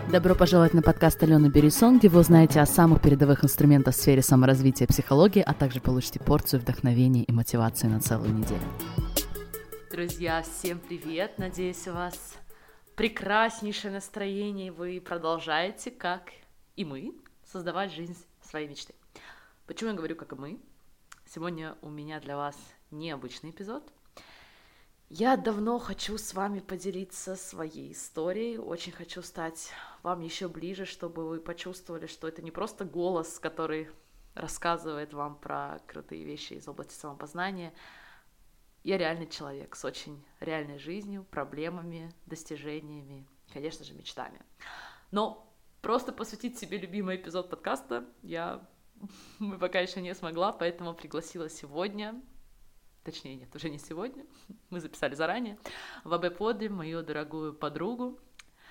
Добро пожаловать на подкаст Алены Берисон, где вы узнаете о самых передовых инструментах в сфере саморазвития и психологии, а также получите порцию вдохновения и мотивации на целую неделю. Друзья, всем привет! Надеюсь, у вас прекраснейшее настроение, и вы продолжаете, как и мы, создавать жизнь своей мечты. Почему я говорю «как и мы»? Сегодня у меня для вас необычный эпизод. Я давно хочу с вами поделиться своей историей, очень хочу стать вам еще ближе, чтобы вы почувствовали, что это не просто голос, который рассказывает вам про крутые вещи из области самопознания. Я реальный человек с очень реальной жизнью, проблемами, достижениями, конечно же, мечтами. Но просто посвятить себе любимый эпизод подкаста мы пока еще не смогла, поэтому пригласила сегодня. Точнее, нет, уже не сегодня, мы записали заранее, в АБ-поде мою дорогую подругу,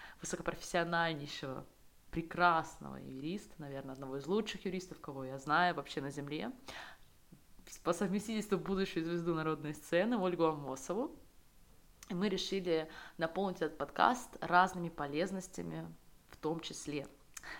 высокопрофессиональнейшего, прекрасного юриста, наверное, одного из лучших юристов, кого я знаю вообще на земле, по совместительству будущую звезду народной сцены Ольгу Амосову. И мы решили наполнить этот подкаст разными полезностями, в том числе.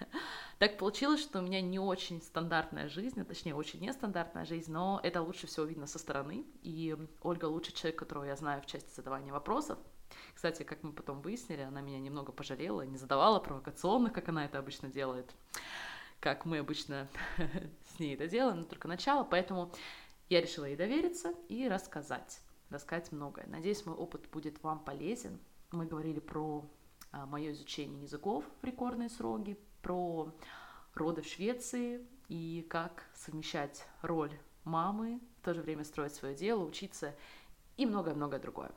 Так получилось, что у меня не очень стандартная жизнь, точнее, очень нестандартная жизнь, но это лучше всего видно со стороны, и Ольга лучший человек, которого я знаю в части задавания вопросов. Кстати, как мы потом выяснили, она меня немного пожалела, не задавала провокационных, как она это обычно делает, как мы обычно с ней это делаем, но только начало, поэтому я решила ей довериться и рассказать многое. Надеюсь, мой опыт будет вам полезен. Мы говорили про мое изучение языков в рекордные сроки, про роды в Швеции и как совмещать роль мамы, в то же время строить свое дело, учиться и многое-многое другое.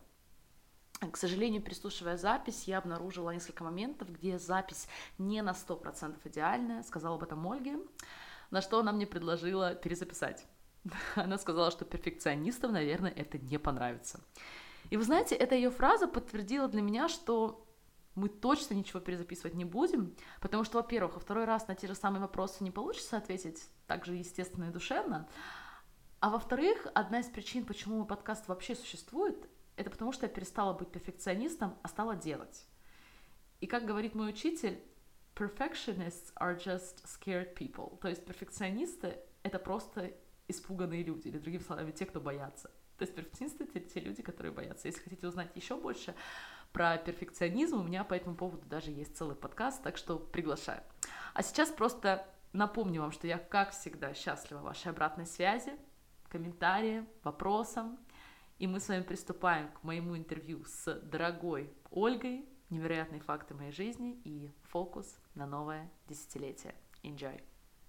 К сожалению, переслушивая запись, я обнаружила несколько моментов, где запись не на 100% идеальная, сказала об этом Ольге, на что она мне предложила перезаписать. Она сказала, что перфекционистам, наверное, это не понравится. И вы знаете, эта ее фраза подтвердила для меня, что мы точно ничего перезаписывать не будем, потому что, во-первых, во второй раз на те же самые вопросы не получится ответить так же естественно и душевно, а во-вторых, одна из причин, почему мой подкаст вообще существует, это потому что я перестала быть перфекционистом, а стала делать. И как говорит мой учитель, perfectionists are just scared people, то есть перфекционисты — это просто испуганные люди, или, другими словами, те, кто боятся. То есть перфекционисты — это те люди, которые боятся. Если хотите узнать еще больше про перфекционизм, у меня по этому поводу даже есть целый подкаст, так что приглашаю. А сейчас просто напомню вам, что я, как всегда, счастлива вашей обратной связи, комментариям, вопросам. И мы с вами приступаем к моему интервью с дорогой Ольгой. Невероятные факты моей жизни и фокус на новое десятилетие. Enjoy!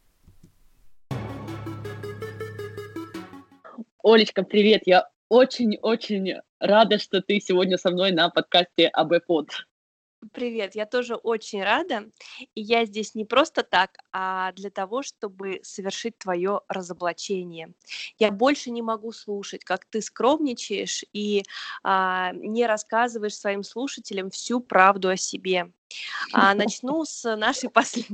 Олечка, привет! Я очень-очень рада, что ты сегодня со мной на подкасте АБ-под. Привет, я тоже очень рада. И я здесь не просто так, а для того, чтобы совершить твое разоблачение. Я больше не могу слушать, как ты скромничаешь и не рассказываешь своим слушателям всю правду о себе. Начну с нашей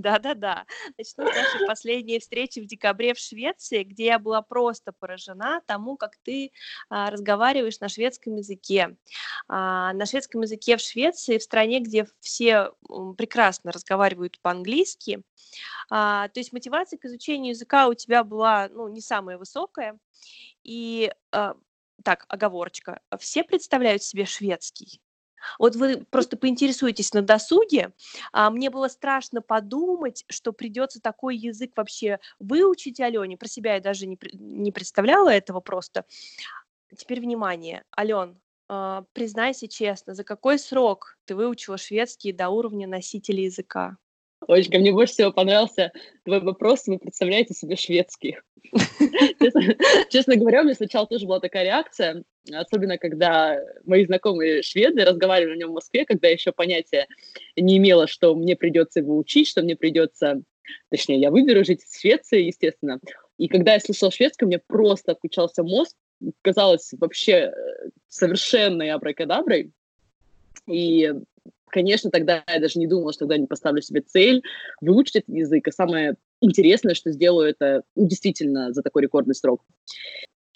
последней встречи в декабре в Швеции, где я была просто поражена тому, как ты разговариваешь на шведском языке. На шведском языке в Швеции, в стране, где все прекрасно разговаривают по-английски. То есть мотивация к изучению языка у тебя была, не самая высокая. И так, оговорочка. Все представляют себе шведский? Вот вы просто поинтересуетесь на досуге. Мне было страшно подумать, что придется такой язык вообще выучить Алене. Про себя я даже не представляла этого просто. Теперь внимание. Ален, признайся честно, за какой срок ты выучила шведский до уровня носителя языка? Олечка, мне больше всего понравился твой вопрос, вы представляете себе шведский. Честно говоря, у меня сначала тоже была такая реакция, особенно когда мои знакомые шведы разговаривали на нем в Москве, когда еще понятия не имела, что мне придется его учить, что мне придется, точнее, я выберу жить в Швеции, естественно. И когда я слышала шведский, у меня просто отключался мозг, казалось вообще совершенной абракадаброй. И, конечно, тогда я даже не думала, что когда-нибудь поставлю себе цель выучить этот язык. И самое интересное, что сделаю это действительно за такой рекордный срок.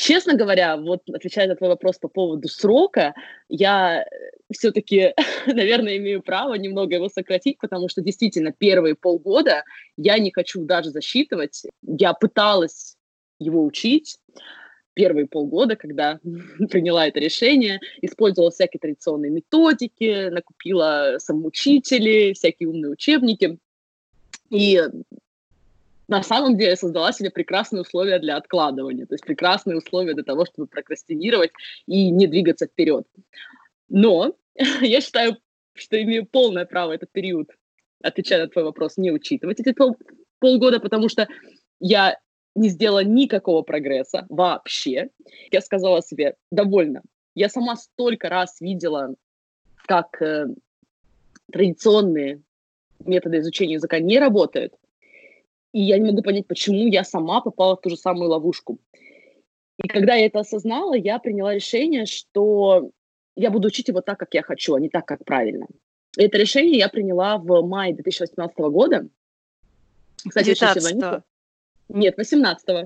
Честно говоря, вот отвечая на твой вопрос по поводу срока, я все-таки, наверное, имею право немного его сократить, потому что действительно первые полгода я не хочу даже засчитывать. Я пыталась его учить первые полгода, когда приняла это решение, использовала всякие традиционные методики, накупила самоучители, всякие умные учебники. И на самом деле создала себе прекрасные условия для откладывания, то есть прекрасные условия для того, чтобы прокрастинировать и не двигаться вперед. Но я считаю, что имею полное право этот период, отвечая на твой вопрос, не учитывать эти полгода, потому что я не сделала никакого прогресса вообще. Я сказала себе, довольно. Я сама столько раз видела, как традиционные методы изучения языка не работают, и я не могу понять, почему я сама попала в ту же самую ловушку. И когда я это осознала, я приняла решение, что я буду учить его так, как я хочу, а не так, как правильно. И это решение я приняла в мае 2018 года. Кстати, очень символично. 19-го. Нет, 18-го.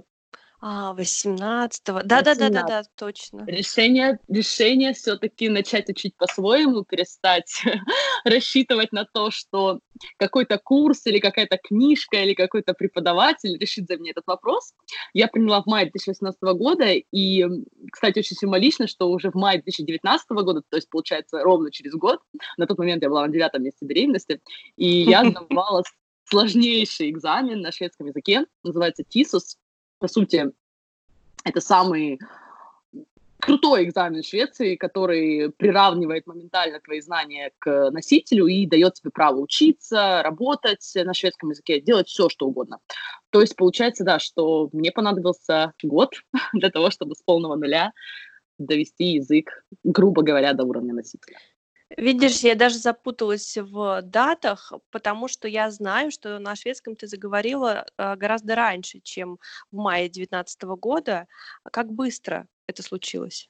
18-го. Да, точно. Решение все-таки начать учить по-своему, перестать рассчитывать на то, что какой-то курс или какая-то книжка или какой-то преподаватель решит за меня этот вопрос. Я приняла в мае 2018 года, и, кстати, очень символично, что уже в мае 2019 года, то есть, получается, ровно через год, на тот момент я была на 9-м месяце беременности, и я сдавала сложнейший экзамен на шведском языке, называется TISUS. По сути, это самый крутой экзамен в Швеции, который приравнивает моментально твои знания к носителю и дает тебе право учиться, работать на шведском языке, делать все, что угодно. То есть получается, да, что мне понадобился год для того, чтобы с полного нуля довести язык, грубо говоря, до уровня носителя. Видишь, я даже запуталась в датах, потому что я знаю, что на шведском ты заговорила гораздо раньше, чем в мае 2019 года. Как быстро это случилось?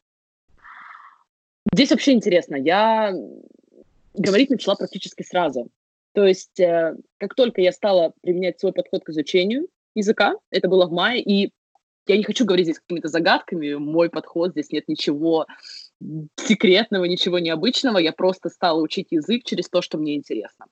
Здесь вообще интересно. Я говорить начала практически сразу. То есть, как только я стала применять свой подход к изучению языка, это было в мае, и я не хочу говорить здесь какими-то загадками, мой подход, здесь нет ничего секретного, ничего необычного, я просто стала учить язык через то, что мне интересно.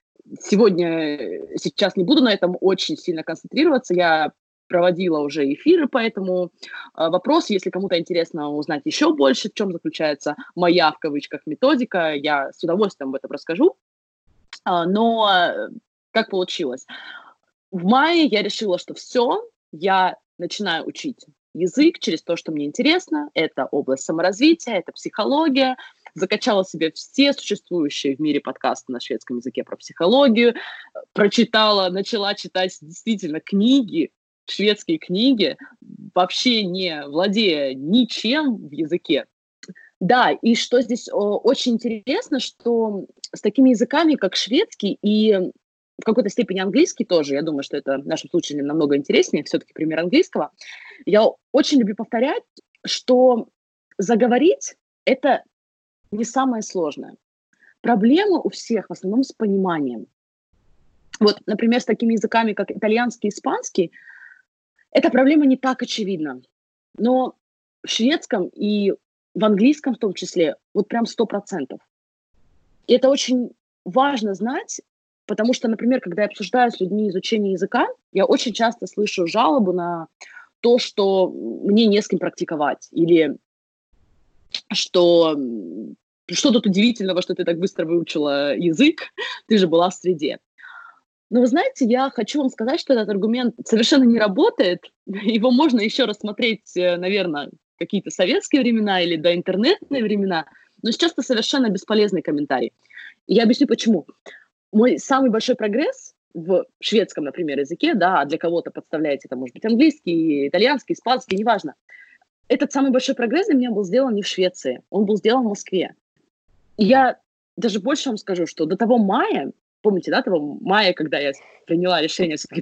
Сейчас не буду на этом очень сильно концентрироваться, я проводила уже эфиры по этому вопросу, если кому-то интересно узнать еще больше, в чем заключается моя, в кавычках, методика, я с удовольствием об этом расскажу, но как получилось? В мае я решила, что все, я начинаю учить язык через то, что мне интересно. Это область саморазвития, это психология. Закачала себе все существующие в мире подкасты на шведском языке про психологию. Начала читать действительно книги, шведские книги, вообще не владея ничем в языке. Да, и что здесь очень интересно, что с такими языками, как шведский и в какой-то степени английский тоже, я думаю, что это в нашем случае намного интереснее, все-таки пример английского. Я очень люблю повторять, что заговорить – это не самое сложное. Проблема у всех в основном с пониманием. Вот, например, с такими языками, как итальянский и испанский, эта проблема не так очевидна. Но в шведском и в английском в том числе вот прям 100%. И это очень важно знать, потому что, например, когда я обсуждаю с людьми изучение языка, я очень часто слышу жалобу на то, что мне не с кем практиковать, или что тут удивительного, что ты так быстро выучила язык, ты же была в среде. Но вы знаете, я хочу вам сказать, что этот аргумент совершенно не работает. Его можно еще рассмотреть, наверное, какие-то советские времена или доинтернетные времена, но сейчас это совершенно бесполезный комментарий. И я объясню, почему. Мой самый большой прогресс в шведском, например, языке, да, а для кого-то подставляете, это может быть английский, итальянский, испанский, неважно. Этот самый большой прогресс для меня был сделан не в Швеции, он был сделан в Москве. И я даже больше вам скажу, что до того мая, помните, да, того мая, когда я приняла решение все-таки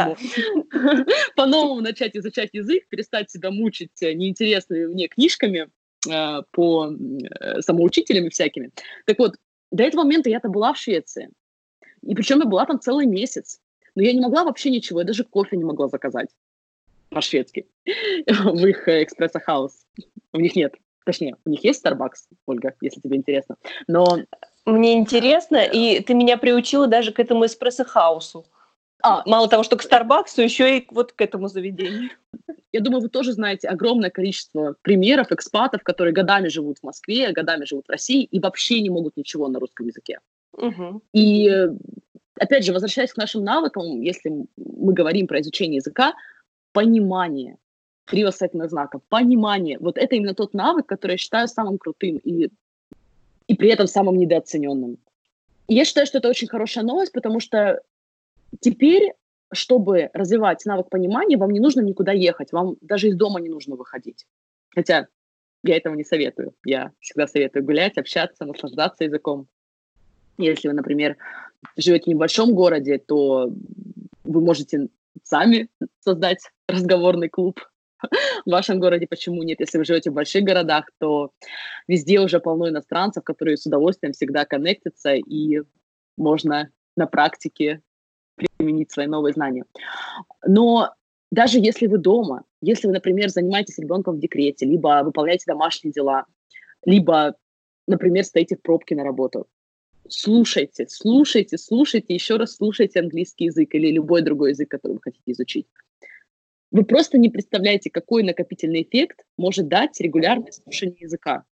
по-новому начать изучать язык, перестать себя мучить неинтересными мне книжками по самоучителями всякими. Так вот, до этого момента я-то была в Швеции. И причем я была там целый месяц. Но я не могла вообще ничего, я даже кофе не могла заказать. по-шведски в их экспресс-хаус. У них нет. Точнее, у них есть Starbucks, Ольга, если тебе интересно. Но Мне интересно, и ты меня приучила даже к этому эспрессо-хаусу. А. Мало того, что к Старбаксу, еще и вот к этому заведению. я думаю, вы тоже знаете огромное количество примеров экспатов, которые годами живут в Москве, годами живут в России и вообще не могут ничего на русском языке. Мгм. И, опять же, возвращаясь к нашим навыкам, если мы говорим про изучение языка, понимание три восклицательных знака, понимание. Вот это именно тот навык, который я считаю самым крутым и при этом самым недооцененным. И я считаю, что это очень хорошая новость, потому что теперь, чтобы развивать навык понимания, вам не нужно никуда ехать, вам даже из дома не нужно выходить. Хотя я этого не советую. Я всегда советую гулять, общаться, наслаждаться языком. Если вы, например, живете в небольшом городе, то вы можете сами создать разговорный клуб в вашем городе. Почему нет? Если вы живете в больших городах, то везде уже полно иностранцев, которые с удовольствием всегда коннектятся, и можно на практике применить свои новые знания. Но даже если вы дома, если вы, например, занимаетесь ребенком в декрете, либо выполняете домашние дела, либо, например, стоите в пробке на работу, слушайте, еще раз слушайте английский язык или любой другой язык, который вы хотите изучить. Вы просто не представляете, какой накопительный эффект может дать регулярное слушание языка.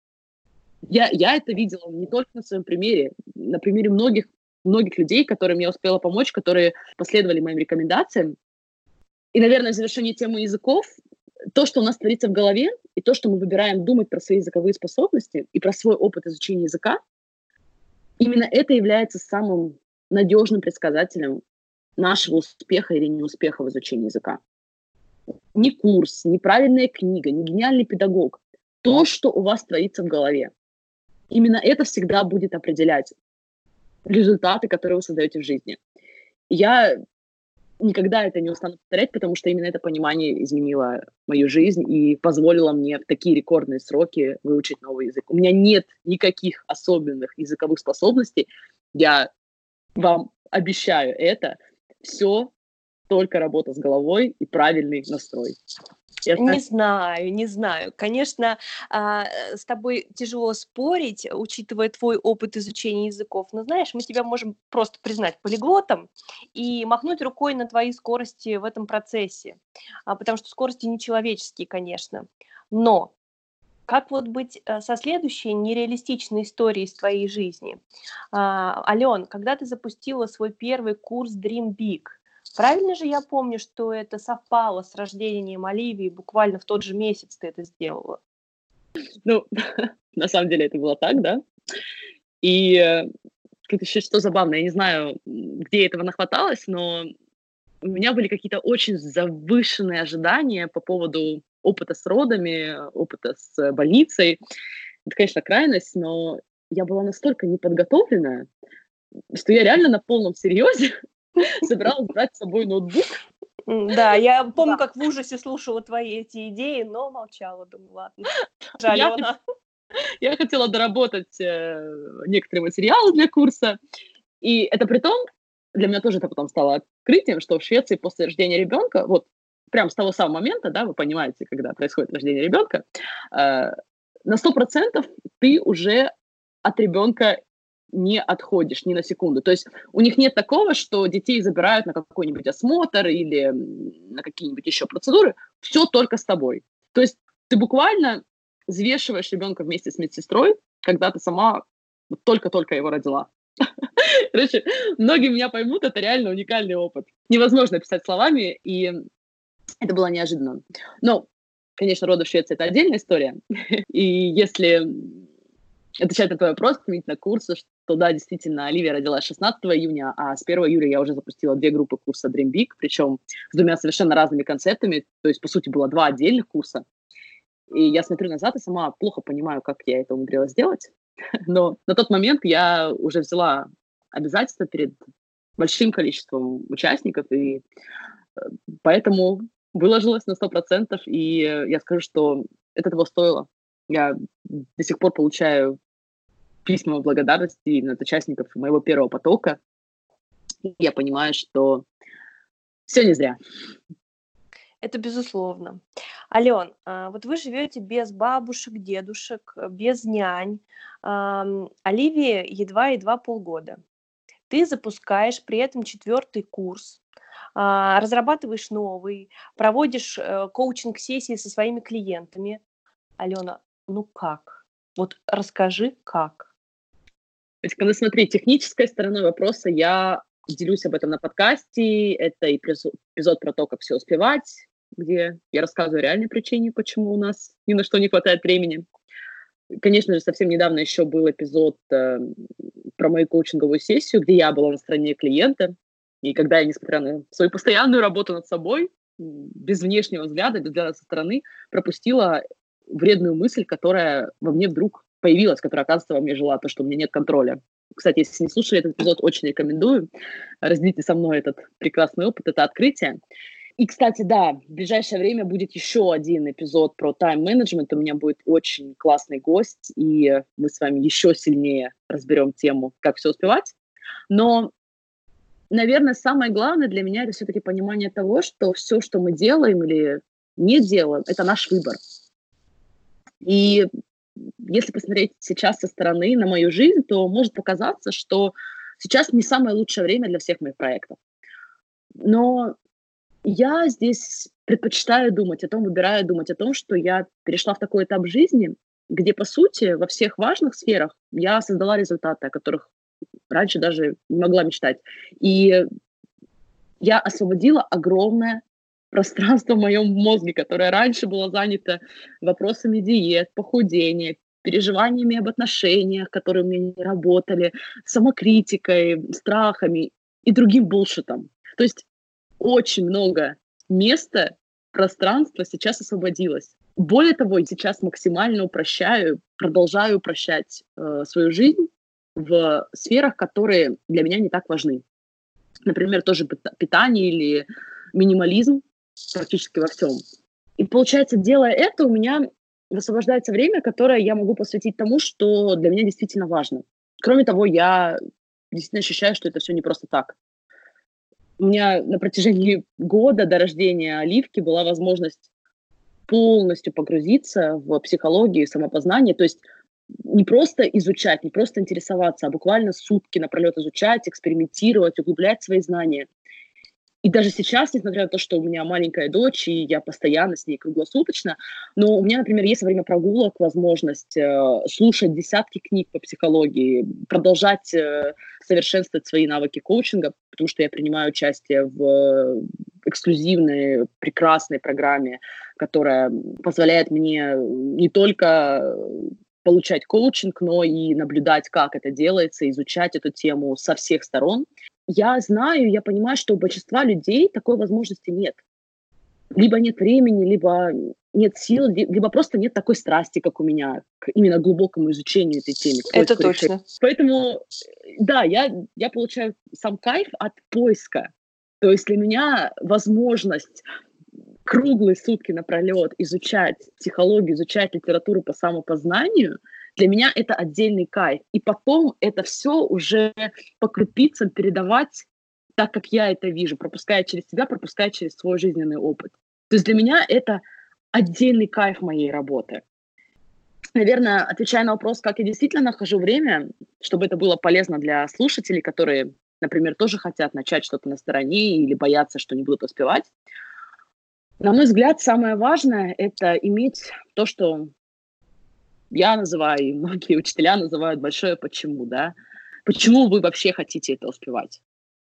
Я это видела не только на своем примере, на примере многих людей, которым я успела помочь, которые последовали моим рекомендациям. И, наверное, в завершении темы языков, то, что у нас творится в голове, и то, что мы выбираем думать про свои языковые способности и про свой опыт изучения языка, именно это является самым надежным предсказателем нашего успеха или неуспеха в изучении языка. Ни курс, ни правильная книга, ни гениальный педагог. То, что у вас творится в голове. Именно это всегда будет определять результаты, которые вы создаете в жизни. Я никогда это не устану повторять, потому что именно это понимание изменило мою жизнь и позволило мне в такие рекордные сроки выучить новый язык. У меня нет никаких особенных языковых способностей. Я вам обещаю это. Все только работа с головой и правильный настрой. Не знаю. Конечно, с тобой тяжело спорить, учитывая твой опыт изучения языков. Но знаешь, мы тебя можем просто признать полиглотом и махнуть рукой на твои скорости в этом процессе. Потому что скорости нечеловеческие, конечно. Но как вот быть со следующей нереалистичной историей из твоей жизни? Ален, когда ты запустила свой первый курс Dream Big, правильно же я помню, что это совпало с рождением Оливии, буквально в тот же месяц ты это сделала? Ну, на самом деле это было так, да. И тут еще что забавно, я не знаю, где этого нахваталось, но у меня были какие-то очень завышенные ожидания по поводу опыта с родами, опыта с больницей. Это, конечно, крайность, но я была настолько неподготовленная, что я реально на полном серьезе собиралась брать с собой ноутбук. Да, я помню, как в ужасе слушала твои эти идеи, но молчала, думаю, ладно. Алена. Я хотела доработать некоторые материалы для курса. И это при том, для меня тоже это потом стало открытием, что в Швеции после рождения ребенка, вот прям с того самого момента, да, вы понимаете, когда происходит рождение ребенка, на 100% ты уже от ребенка не отходишь ни на секунду. То есть у них нет такого, что детей забирают на какой-нибудь осмотр или на какие-нибудь еще процедуры. Все только с тобой. То есть ты буквально взвешиваешь ребенка вместе с медсестрой, когда ты сама только-только его родила. Короче, многие меня поймут, это реально уникальный опыт. Невозможно описать словами, и это было неожиданно. Но, конечно, роды в Швеции – это отдельная история. И если отвечать на твой вопрос, применительно к курсу, что да, действительно, Оливия родилась 16 июня, а с 1 июля я уже запустила 2 группы курса Dream Big, причем с 2 совершенно разными концептами, то есть, по сути, было 2 отдельных курса. И я смотрю назад и сама плохо понимаю, как я это умудрилась сделать. Но на тот момент я уже взяла обязательства перед большим количеством участников, и поэтому выложилась на 100%, и я скажу, что это того стоило. Я до сих пор получаю письма благодарности от участников моего первого потока. И я понимаю, что все не зря. Это безусловно. Ален, вот вы живете без бабушек, дедушек, без нянь. Оливии едва-едва полгода. Ты запускаешь при этом 4-й курс, разрабатываешь новый, проводишь коучинг-сессии со своими клиентами. Алена, ну как? Вот расскажи, как. Ну, смотри, технической стороной вопроса я делюсь об этом на подкасте. Это и эпизод про то, как все успевать, где я рассказываю о реальной причине, почему у нас ни на что не хватает времени. Конечно же, совсем недавно еще был эпизод про мою коучинговую сессию, где я была на стороне клиента. И когда я, несмотря на свою постоянную работу над собой, без внешнего взгляда, без взгляда со стороны, пропустила вредную мысль, которая во мне вдруг появилась, которая, оказывается, во мне жила, то, что у меня нет контроля. Кстати, если не слушали этот эпизод, очень рекомендую. Разделите со мной этот прекрасный опыт, это открытие. И, кстати, да, в ближайшее время будет еще один эпизод про тайм-менеджмент. У меня будет очень классный гость, и мы с вами еще сильнее разберем тему, как все успевать. Но, наверное, самое главное для меня — это все-таки понимание того, что все, что мы делаем или не делаем, это наш выбор. И если посмотреть сейчас со стороны на мою жизнь, то может показаться, что сейчас не самое лучшее время для всех моих проектов. Но я здесь предпочитаю думать о том, выбираю думать о том, что я перешла в такой этап жизни, где, по сути, во всех важных сферах я создала результаты, о которых раньше даже не могла мечтать. И я освободила огромное пространство в моем мозге, которое раньше было занято вопросами диет, похудения, переживаниями об отношениях, которые у меня не работали, самокритикой, страхами и другим булшитом. То есть очень много места, пространства сейчас освободилось. Более того, сейчас максимально упрощаю, продолжаю упрощать свою жизнь в сферах, которые для меня не так важны. Например, тоже питание или минимализм практически во всем. И получается, делая это, у меня высвобождается время, которое я могу посвятить тому, что для меня действительно важно. Кроме того, я действительно ощущаю, что это все не просто так. У меня на протяжении года до рождения Оливки была возможность полностью погрузиться в психологию, самопознание, то есть не просто изучать, не просто интересоваться, а буквально сутки напролет изучать, экспериментировать, углублять свои знания. И даже сейчас, несмотря на то, что у меня маленькая дочь, и я постоянно с ней круглосуточно, но у меня, например, есть во время прогулок возможность слушать десятки книг по психологии, продолжать совершенствовать свои навыки коучинга, потому что я принимаю участие в эксклюзивной, прекрасной программе, которая позволяет мне не только получать коучинг, но и наблюдать, как это делается, изучать эту тему со всех сторон. Я знаю, я понимаю, что у большинства людей такой возможности нет. Либо нет времени, либо нет сил, либо просто нет такой страсти, как у меня, к именно глубокому изучению этой темы. Это точно. Поэтому, да, я получаю сам кайф от поиска. То есть для меня возможность круглые сутки напролет изучать психологию, изучать литературу по самопознанию, для меня это отдельный кайф. И потом это все уже по крупицам передавать так, как я это вижу, пропуская через себя, пропуская через свой жизненный опыт. То есть для меня это отдельный кайф моей работы. Наверное, отвечая на вопрос, как я действительно нахожу время, чтобы это было полезно для слушателей, которые, например, тоже хотят начать что-то на стороне или боятся, что не будут успевать. На мой взгляд, самое важное — это иметь то, что я называю, и многие учителя называют большое «почему», да? Почему вы вообще хотите это успевать?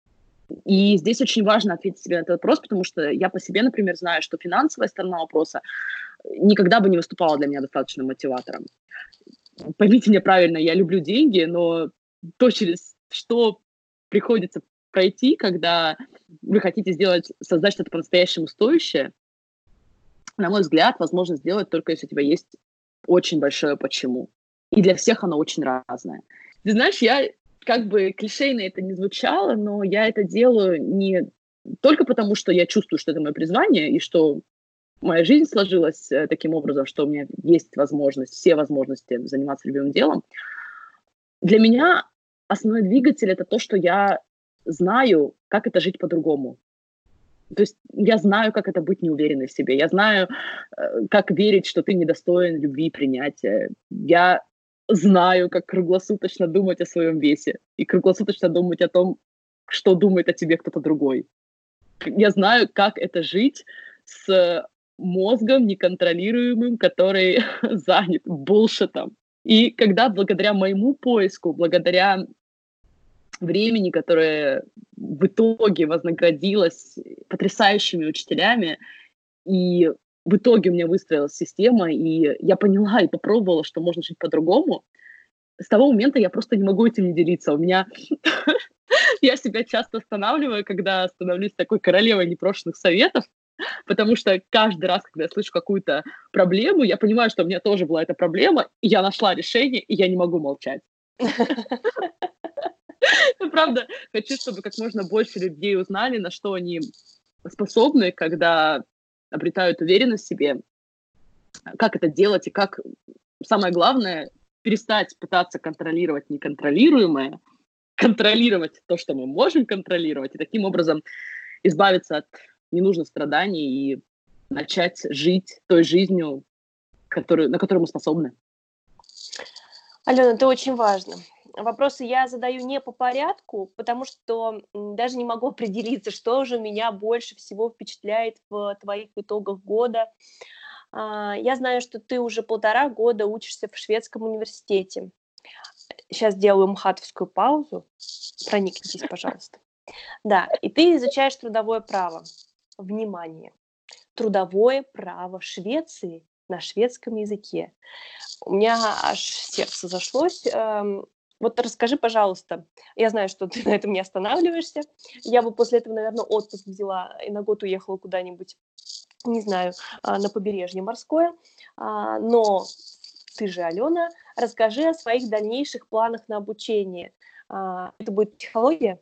И здесь очень важно ответить себе на этот вопрос, потому что я по себе, например, знаю, что финансовая сторона вопроса никогда бы не выступала для меня достаточным мотиватором. Поймите меня правильно, я люблю деньги, но то, через что приходится пройти, когда вы хотите создать что-то по-настоящему стоящее, на мой взгляд, возможно сделать только если у тебя есть очень большое «почему». И для всех оно очень разное. Ты знаешь, я, как бы клишейно это не звучало, но я это делаю не только потому, что я чувствую, что это мое призвание, и что моя жизнь сложилась таким образом, что у меня есть возможность, все возможности заниматься любимым делом. Для меня основной двигатель — это то, что я знаю, как это жить по-другому. То есть я знаю, как это быть неуверенной в себе. Я знаю, как верить, что ты недостоин любви и принятия. Я знаю, как круглосуточно думать о своем весе и круглосуточно думать о том, что думает о тебе кто-то другой. Я знаю, как это жить с мозгом неконтролируемым, который занят булшитом. И когда благодаря моему поиску, благодаря времени, которое в итоге вознаградилось потрясающими учителями, и в итоге у меня выстроилась система, и я поняла и попробовала, что можно жить по-другому, с того момента я просто не могу этим не делиться. У меня я себя часто останавливаю, когда становлюсь такой королевой непрошенных советов, потому что каждый раз, когда я слышу какую-то проблему, я понимаю, что у меня тоже была эта проблема, и я нашла решение, и я не могу молчать. Правда, хочу, чтобы как можно больше людей узнали, на что они способны, когда обретают уверенность в себе, как это делать и как, самое главное, перестать пытаться контролировать неконтролируемое, контролировать то, что мы можем контролировать, и таким образом избавиться от ненужных страданий и начать жить той жизнью, на которую мы способны. Алена, это очень важно. Вопросы я задаю не по порядку, потому что даже не могу определиться, что же меня больше всего впечатляет в твоих итогах года. Я знаю, что ты уже 1,5 года учишься в шведском университете. Сейчас делаю мхатовскую паузу. Проникнитесь, пожалуйста. Да, и ты изучаешь трудовое право. Внимание! Трудовое право Швеции на шведском языке. У меня аж сердце зашлось. Вот расскажи, пожалуйста, я знаю, что ты на этом не останавливаешься. Я бы после этого, наверное, отпуск взяла и на год уехала куда-нибудь, не знаю, на побережье морское. Но ты же, Алена, расскажи о своих дальнейших планах на обучение. Это будет психология?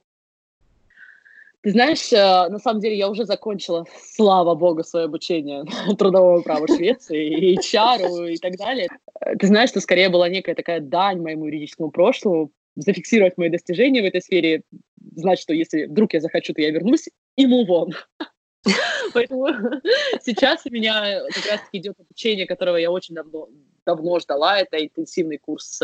Ты знаешь, на самом деле я уже закончила, слава богу, свое обучение трудового права Швеции, и HR и так далее. Ты знаешь, что скорее была некая такая дань моему юридическому прошлому, зафиксировать мои достижения в этой сфере, знать, что если вдруг я захочу, то я вернусь и move on. Поэтому сейчас у меня как раз-таки идет обучение, которого я очень давно ждала. Это интенсивный курс,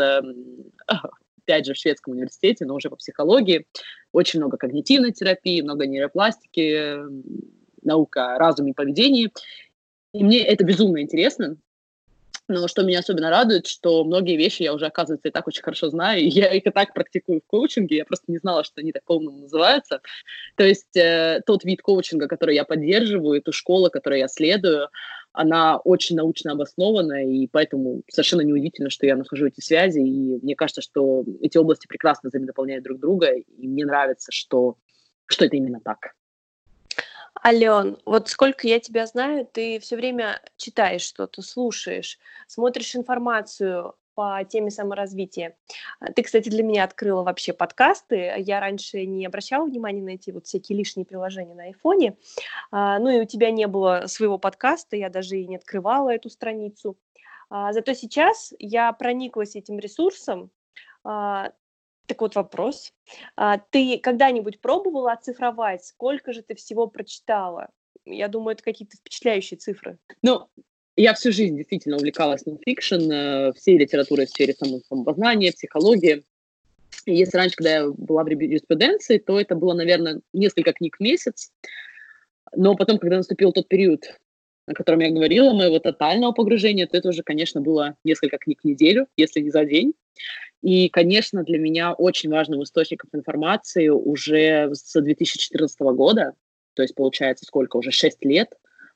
опять же, в шведском университете, но уже по психологии. Очень много когнитивной терапии, много нейропластики, наука о разуме и поведении. И мне это безумно интересно. Но что меня особенно радует, что многие вещи я уже, оказывается, и так очень хорошо знаю, и я их и так практикую в коучинге, я просто не знала, что они так по-умному называются. То есть тот вид коучинга, который я поддерживаю, ту школу, которой я следую, она очень научно обоснована, и поэтому совершенно неудивительно, что я нахожу эти связи, и мне кажется, что эти области прекрасно взаимодополняют друг друга, и мне нравится, что это именно так. Ален, вот сколько я тебя знаю, ты все время читаешь что-то, слушаешь, смотришь информацию по теме саморазвития. Ты, кстати, для меня открыла вообще подкасты. Я раньше не обращала внимания на эти вот всякие лишние приложения на айфоне. Ну и у тебя не было своего подкаста, я даже и не открывала эту страницу. Зато сейчас я прониклась этим ресурсом. Так вот вопрос. Ты когда-нибудь пробовала оцифровать, сколько же ты всего прочитала? Я думаю, это какие-то впечатляющие цифры. Ну, я всю жизнь действительно увлекалась нонфикшн, всей литературой в сфере самопознания, психологии. И если раньше, когда я была в юриспруденции, то это было, наверное, несколько книг в месяц. Но потом, когда наступил тот период, о котором я говорила, моего тотального погружения, то это уже, конечно, было несколько книг в неделю, если не за день. И, конечно, для меня очень важным источником информации уже с 2014 года, то есть, получается, сколько, уже 6 лет,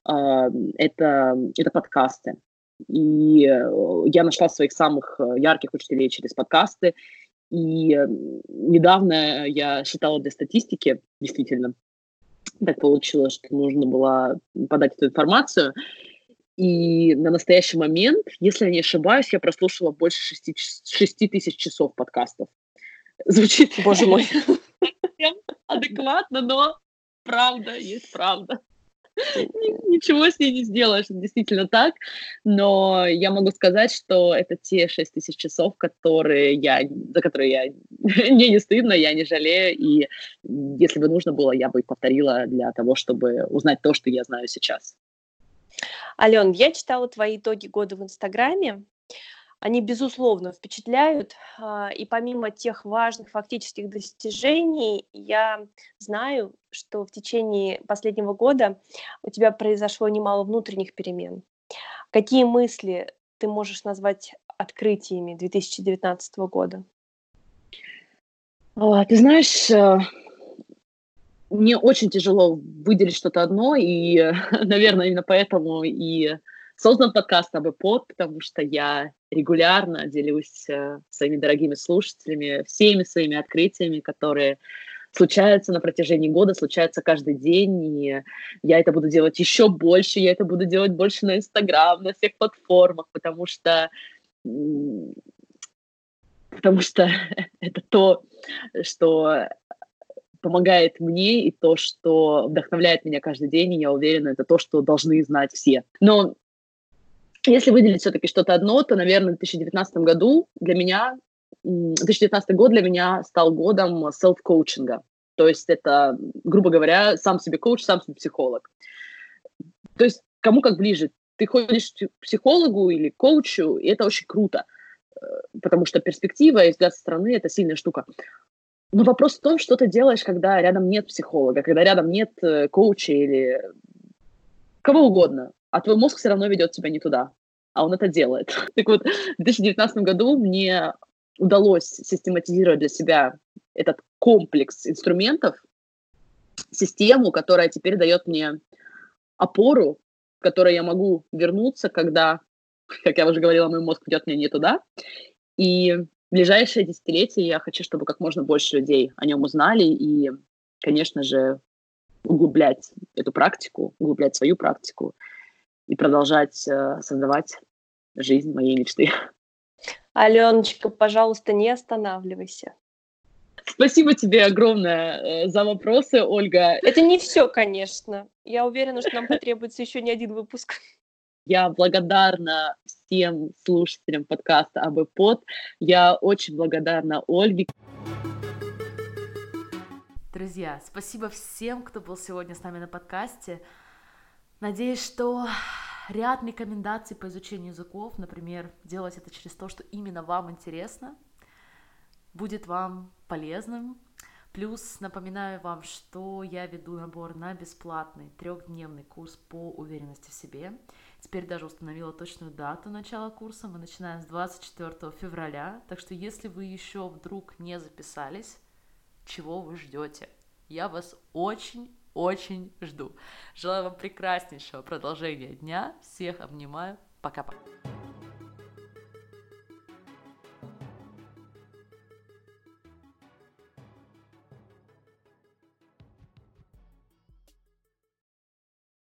это подкасты. И я нашла своих самых ярких учителей через подкасты. И недавно я считала для статистики, действительно, так получилось, что нужно было подать эту информацию. И на настоящий момент, если я не ошибаюсь, я прослушала больше 6 тысяч часов подкастов. Звучит, боже мой, адекватно, но правда есть правда. Ничего с ней не сделаешь, это действительно так. Но я могу сказать, что это те 6000 часов, за которые я мне не стыдно, я не жалею. И если бы нужно было, я бы повторила для того, чтобы узнать то, что я знаю сейчас. Ален, я читала твои итоги года в Инстаграме. Они, безусловно, впечатляют. И помимо тех важных фактических достижений, я знаю, что в течение последнего года у тебя произошло немало внутренних перемен. Какие мысли ты можешь назвать открытиями 2019 года? Ты знаешь, мне очень тяжело выделить что-то одно, и, наверное, именно поэтому и создан подкаст АБ-под, потому что я регулярно делюсь своими дорогими слушателями всеми своими открытиями, которые случаются на протяжении года, случаются каждый день, и я это буду делать еще больше, я это буду делать больше на Инстаграм, на всех платформах, м, потому что это то, что помогает мне, и то, что вдохновляет меня каждый день, и я уверена, это то, что должны знать все. Но если выделить все-таки что-то одно, то, наверное, в 2019 году для меня, 2019 год для меня стал годом селф-коучинга. То есть это, грубо говоря, сам себе коуч, сам себе психолог. То есть кому как ближе. Ты ходишь к психологу или коучу, и это очень круто, потому что перспектива и взгляд со стороны – это сильная штука. Но вопрос в том, что ты делаешь, когда рядом нет психолога, когда рядом нет коуча или кого угодно, а твой мозг все равно ведет тебя не туда, а он это делает. Так вот, в 2019 году мне удалось систематизировать для себя этот комплекс инструментов, систему, которая теперь дает мне опору, в которой я могу вернуться, когда, как я уже говорила, мой мозг ведет меня не туда. И в ближайшие десятилетия я хочу, чтобы как можно больше людей о нем узнали и, конечно же, углублять эту практику, углублять свою практику и продолжать создавать жизнь моей мечты. Аленочка, пожалуйста, не останавливайся. Спасибо тебе огромное за вопросы, Ольга. Это не все, конечно. Я уверена, что нам потребуется еще не один выпуск. Я благодарна всем слушателям подкаста АБ-под. Я очень благодарна Ольге. Друзья, спасибо всем, кто был сегодня с нами на подкасте. Надеюсь, что ряд рекомендаций по изучению языков, например, делать это через то, что именно вам интересно, будет вам полезным. Плюс напоминаю вам, что я веду набор на бесплатный 3-дневный курс по уверенности в себе. Теперь даже установила точную дату начала курса. Мы начинаем с 24 февраля. Так что если вы еще вдруг не записались, чего вы ждете? Я вас очень жду. Желаю вам прекраснейшего продолжения дня. Всех обнимаю. Пока-пока.